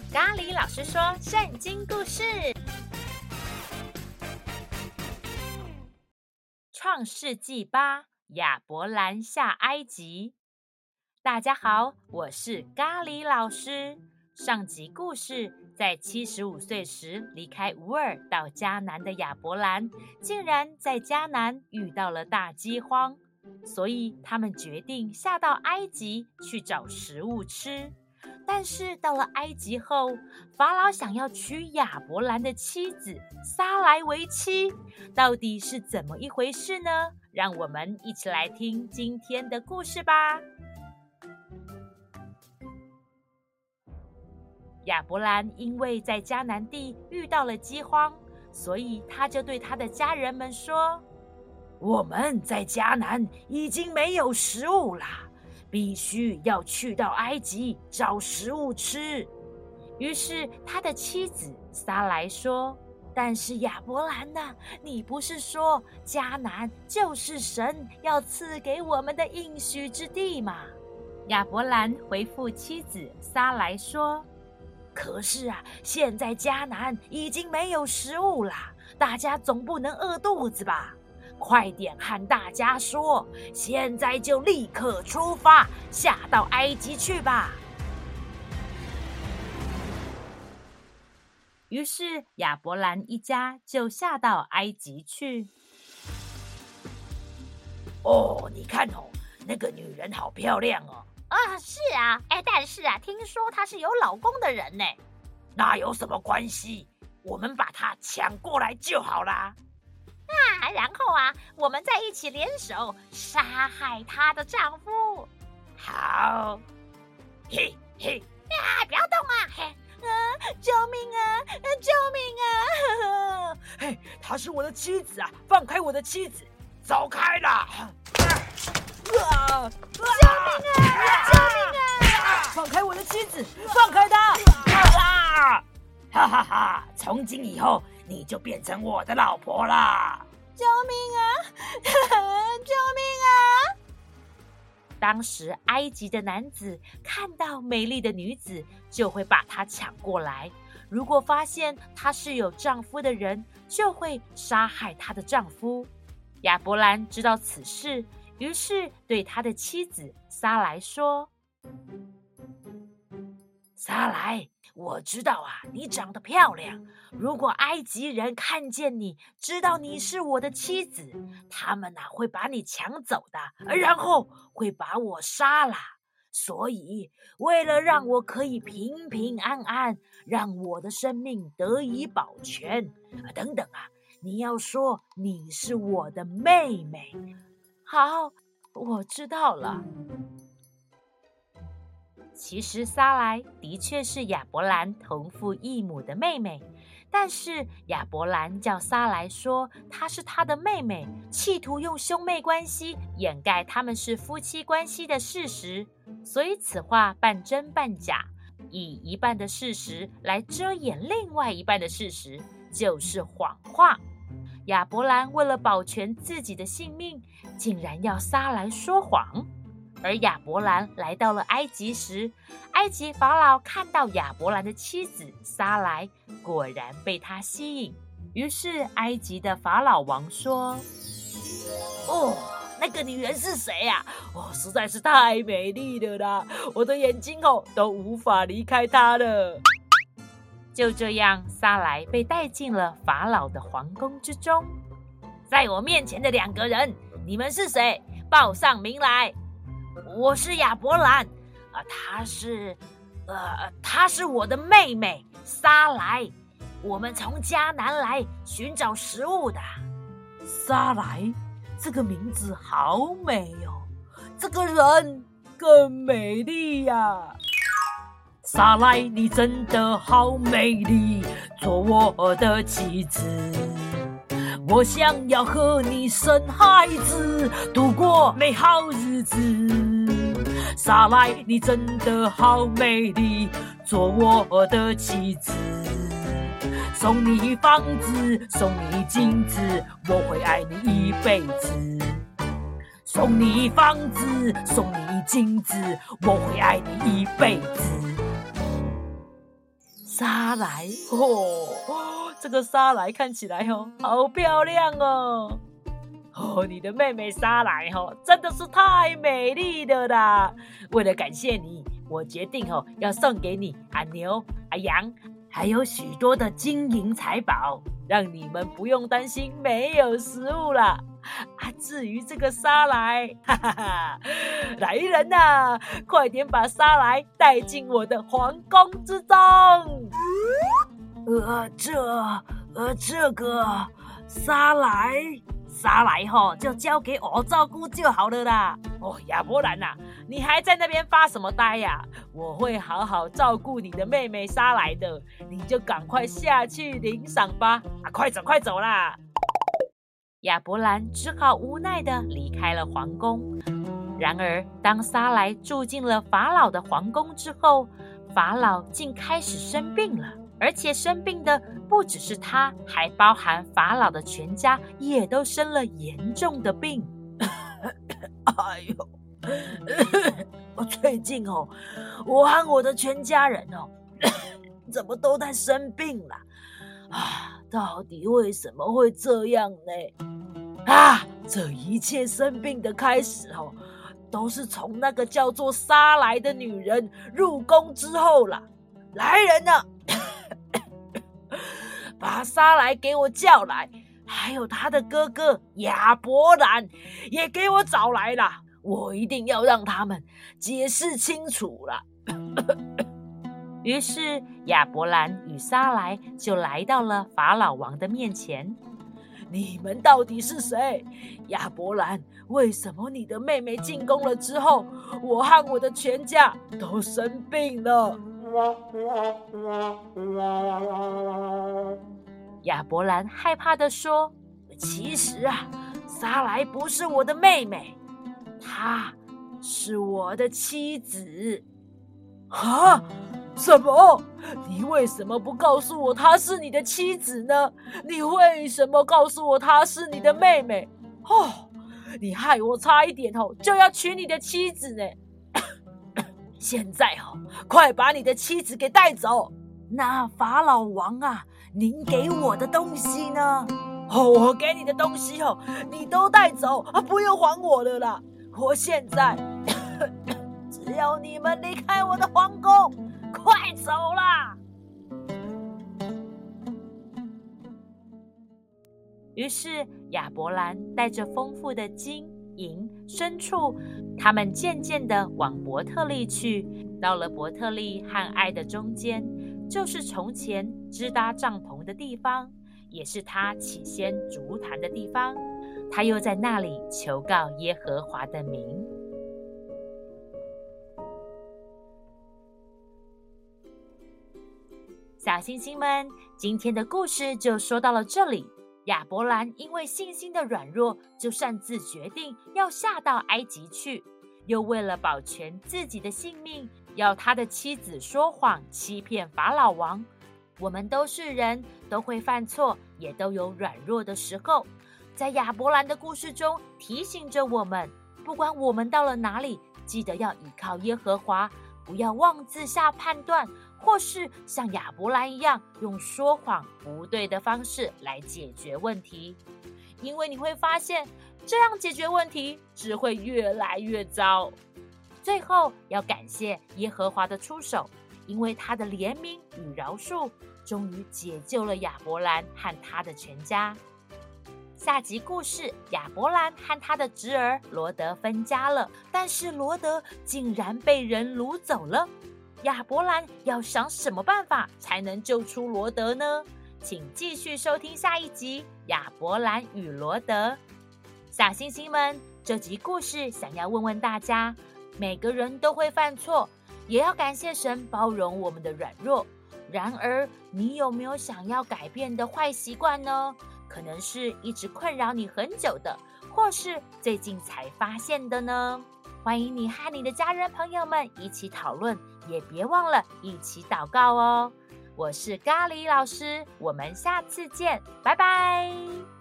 咖喱老师说圣经故事，创世纪8，亚伯兰下埃及。大家好，我是咖喱老师。上集故事，在75岁时离开乌尔到迦南的亚伯兰，竟然在迦南遇到了大饥荒，所以他们决定下到埃及去找食物吃。但是到了埃及后，法老想要娶亚伯兰的妻子撒来为妻，到底是怎么一回事呢？让我们一起来听今天的故事吧。亚伯兰因为在迦南地遇到了饥荒，所以他就对他的家人们说：我们在迦南已经没有食物了，必须要去到埃及找食物吃。于是他的妻子撒来说：但是亚伯兰呐，你不是说迦南就是神要赐给我们的应许之地吗？亚伯兰回复妻子撒来说：可是啊，现在迦南已经没有食物了，大家总不能饿肚子吧？快点和大家说，现在就立刻出发，下到埃及去吧。于是亚伯兰一家就下到埃及去。哦，你看哦，那个女人好漂亮哦。 是啊，但是啊，听说她是有老公的人呢。 那有什么关系？我们把她抢过来就好啦。 然后啊，我们再一起联手杀害她的丈夫。 好，嘿嘿， 不要动啊！救命啊！救命啊！ 嘿，她是我的妻子啊，放开我的妻子，走开啦！ 救命啊！救命啊！ 放开我的妻子，放开她！哈哈哈！从今以后，你就变成我的老婆啦！ 救命啊！救命啊！ 当时埃及的男子看到美丽的女子，就会把她抢过来。如果发现她是有丈夫的人，就会杀害她的丈夫。亚伯兰知道此事，于是对他的妻子撒来说：撒来，我知道啊，你长得漂亮。如果埃及人看见你，知道你是我的妻子，他们会把你抢走的，然后会把我杀了。所以，为了让我可以平平安安，让我的生命得以保全，等等啊，你要说你是我的妹妹。好，我知道了。其实撒来的确是亚伯兰同父异母的妹妹，但是亚伯兰叫撒来说她是他的妹妹，企图用兄妹关系掩盖他们是夫妻关系的事实，所以此话半真半假，以一半的事实来遮掩另外一半的事实，就是谎话。亚伯兰为了保全自己的性命，竟然要撒来说谎。而亚伯兰来到了埃及时，埃及法老看到亚伯兰的妻子撒来，果然被他吸引。于是埃及的法老王说：那个女人是谁啊？实在是太美丽了啦，我的眼睛都无法离开她了。就这样，撒来被带进了法老的皇宫之中。在我面前的两个人，你们是谁？报上名来。我是亚伯兰，她是我的妹妹撒来，我们从迦南来寻找食物的。撒来这个名字好美哦，这个人更美丽呀。撒来，你真的好美丽，做我的妻子。我想要和你生孩子，度过美好日子。撒来，你真的好美丽，做我的妻子。送你房子，送你金子，我会爱你一辈子。送你房子，送你金子，我会爱你一辈子。 莱这个沙莱看起来好漂亮哦。你的妹妹沙莱真的是太美丽了啦！为了感谢你，我决定要送给你牛、羊，还有许多的金银财宝，让你们不用担心没有食物啦。至于这个沙莱，来人呐，快点把沙莱带进我的皇宫之中。这个沙莱就交给我照顾就好了啦。亚伯兰啊，你还在那边发什么呆呀？我会好好照顾你的妹妹沙莱的，你就赶快下去领赏吧。快走啦！亚伯兰只好无奈地离开了皇宫。然而，当撒莱住进了法老的皇宫之后，法老竟开始生病了，而且生病的不只是他，还包含法老的全家也都生了严重的病。哎呦，最近我和我的全家人怎么都在生病了到底为什么会这样呢？这一切生病的开始都是从那个叫做撒莱的女人入宫之后啦。来人啊，把撒莱给我叫来，还有他的哥哥亚伯兰也给我找来啦，我一定要让他们解释清楚啦。于是亚伯兰与撒莱就来到了法老王的面前。你们到底是谁？亚伯兰，为什么你的妹妹进宫了之后，我和我的全家都生病了？亚伯兰害怕地说，其实撒莱不是我的妹妹，她是我的妻子。什么？你为什么不告诉我她是你的妻子呢？你为什么告诉我她是你的妹妹？你害我差一点就要娶你的妻子呢。现在快把你的妻子给带走。那法老王啊，您给我的东西呢？我给你的东西你都带走不用还我了啦。我现在只要你们离开我的皇宫，快走啦！于是亚伯兰带着丰富的金银牲畜，他们渐渐地往伯特利去。到了伯特利和爱的中间，就是从前支搭帐篷的地方，也是他起先筑坛的地方。他又在那里求告耶和华的名。小星星们，今天的故事就说到了这里。亚伯兰因为信心的软弱，就擅自决定要下到埃及去，又为了保全自己的性命，要他的妻子说谎，欺骗法老王。我们都是人，都会犯错，也都有软弱的时候。在亚伯兰的故事中，提醒着我们，不管我们到了哪里，记得要依靠耶和华，不要妄自下判断，或是像亚伯兰一样用说谎不对的方式来解决问题，因为你会发现这样解决问题只会越来越糟。最后要感谢耶和华的出手，因为他的怜悯与饶恕终于解救了亚伯兰和他的全家。下集故事，亚伯兰和他的侄儿罗德分家了，但是罗德竟然被人掳走了。亚伯兰要想什么办法才能救出罗德呢？请继续收听下一集《亚伯兰与罗德》。小星星们，这集故事想要问问大家，每个人都会犯错，也要感谢神包容我们的软弱。然而，你有没有想要改变的坏习惯呢？可能是一直困扰你很久的，或是最近才发现的呢？欢迎你和你的家人朋友们一起讨论，也别忘了一起祷告哦。我是咖喱老师，我们下次见，拜拜。